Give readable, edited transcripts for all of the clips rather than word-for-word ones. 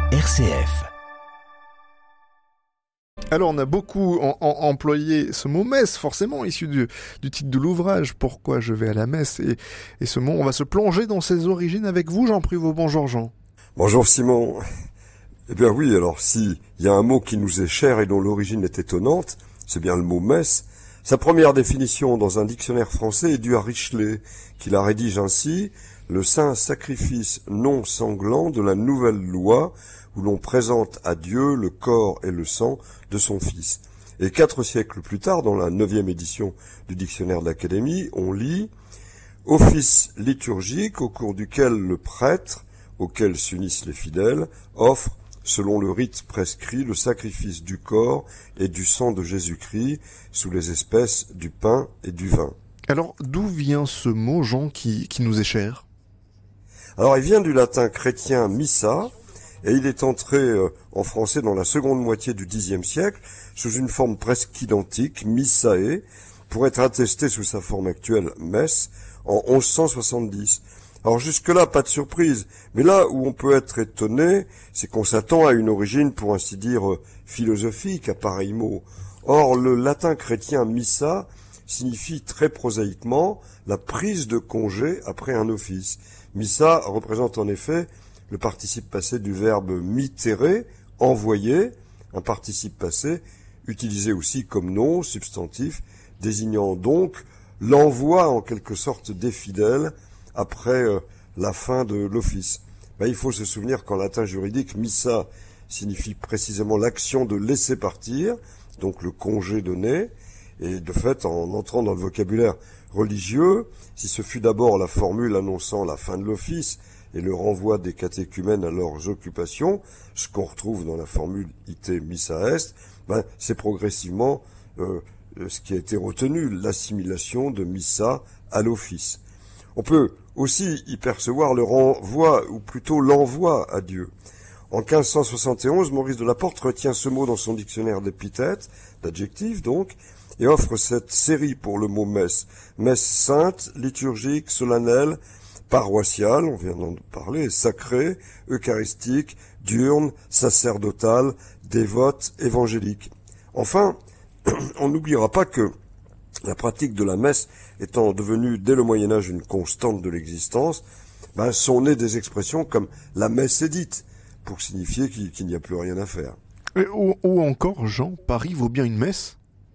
RCF. Alors on a beaucoup employé ce mot messe, forcément issu du titre de l'ouvrage, Pourquoi je vais à la messe, et ce mot, on va se plonger dans ses origines avec vous, Jean Privot. Bonjour Jean. Bonjour Simon. Eh bien oui, alors si il y a un mot qui nous est cher et dont l'origine est étonnante, c'est bien le mot messe. Sa première définition dans un dictionnaire français est due à Richelet, qui la rédige ainsi: le saint sacrifice non sanglant de la nouvelle loi, où l'on présente à Dieu le corps et le sang de son Fils. Et 4 siècles plus tard, dans la 9e édition du dictionnaire de l'Académie, on lit « Office liturgique au cours duquel le prêtre, auquel s'unissent les fidèles, offre, selon le rite prescrit, le sacrifice du corps et du sang de Jésus-Christ sous les espèces du pain et du vin. » Alors d'où vient ce mot, Jean, qui nous est cher ? Alors il vient du latin chrétien missa, et il est entré en français dans la seconde moitié du Xe siècle, sous une forme presque identique, missae, pour être attesté sous sa forme actuelle, messe, en 1170. Alors jusque-là, pas de surprise, mais là où on peut être étonné, c'est qu'on s'attend à une origine, pour ainsi dire, philosophique à pareil mot. Or, le latin chrétien missa signifie très prosaïquement la prise de congé après un office. Missa représente en effet le participe passé du verbe mittere, envoyer, un participe passé utilisé aussi comme nom, substantif, désignant donc l'envoi en quelque sorte des fidèles après la fin de l'office. Il faut se souvenir qu'en latin juridique, missa signifie précisément l'action de laisser partir, donc le congé donné, et de fait, en entrant dans le vocabulaire religieux, si ce fut d'abord la formule annonçant la fin de l'office et le renvoi des catéchumènes à leurs occupations, ce qu'on retrouve dans la formule ite missa est, c'est progressivement ce qui a été retenu, l'assimilation de missa à l'office. On peut aussi y percevoir le renvoi, ou plutôt l'envoi à Dieu. En 1571, Maurice de la Porte retient ce mot dans son dictionnaire d'épithètes, d'adjectifs donc, et offre cette série pour le mot messe. Messe sainte, liturgique, solennelle, paroissiale, on vient d'en parler, sacrée, eucharistique, diurne, sacerdotale, dévote, évangélique. Enfin, on n'oubliera pas que la pratique de la messe étant devenue dès le Moyen-Âge une constante de l'existence, sont nées des expressions comme la messe est dite, pour signifier qu'il n'y a plus rien à faire. Ou encore, Jean, Paris vaut bien une messe ?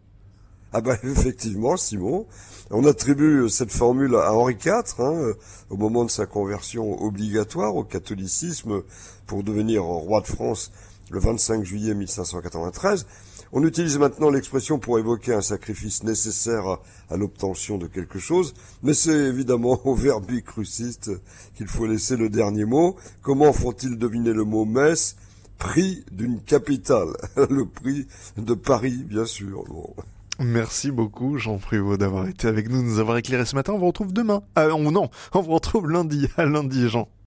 Effectivement, Simon, on attribue cette formule à Henri IV, au moment de sa conversion obligatoire au catholicisme pour devenir roi de France le 25 juillet 1593. On utilise maintenant l'expression pour évoquer un sacrifice nécessaire à l'obtention de quelque chose, mais c'est évidemment au verbi cruciste qu'il faut laisser le dernier mot. Comment font-ils deviner le mot messe ? Prix d'une capitale, le prix de Paris, bien sûr. Bon. Merci beaucoup, Jean Privot, d'avoir été avec nous, de nous avoir éclairé ce matin. On vous retrouve demain. On vous retrouve lundi. À lundi, Jean.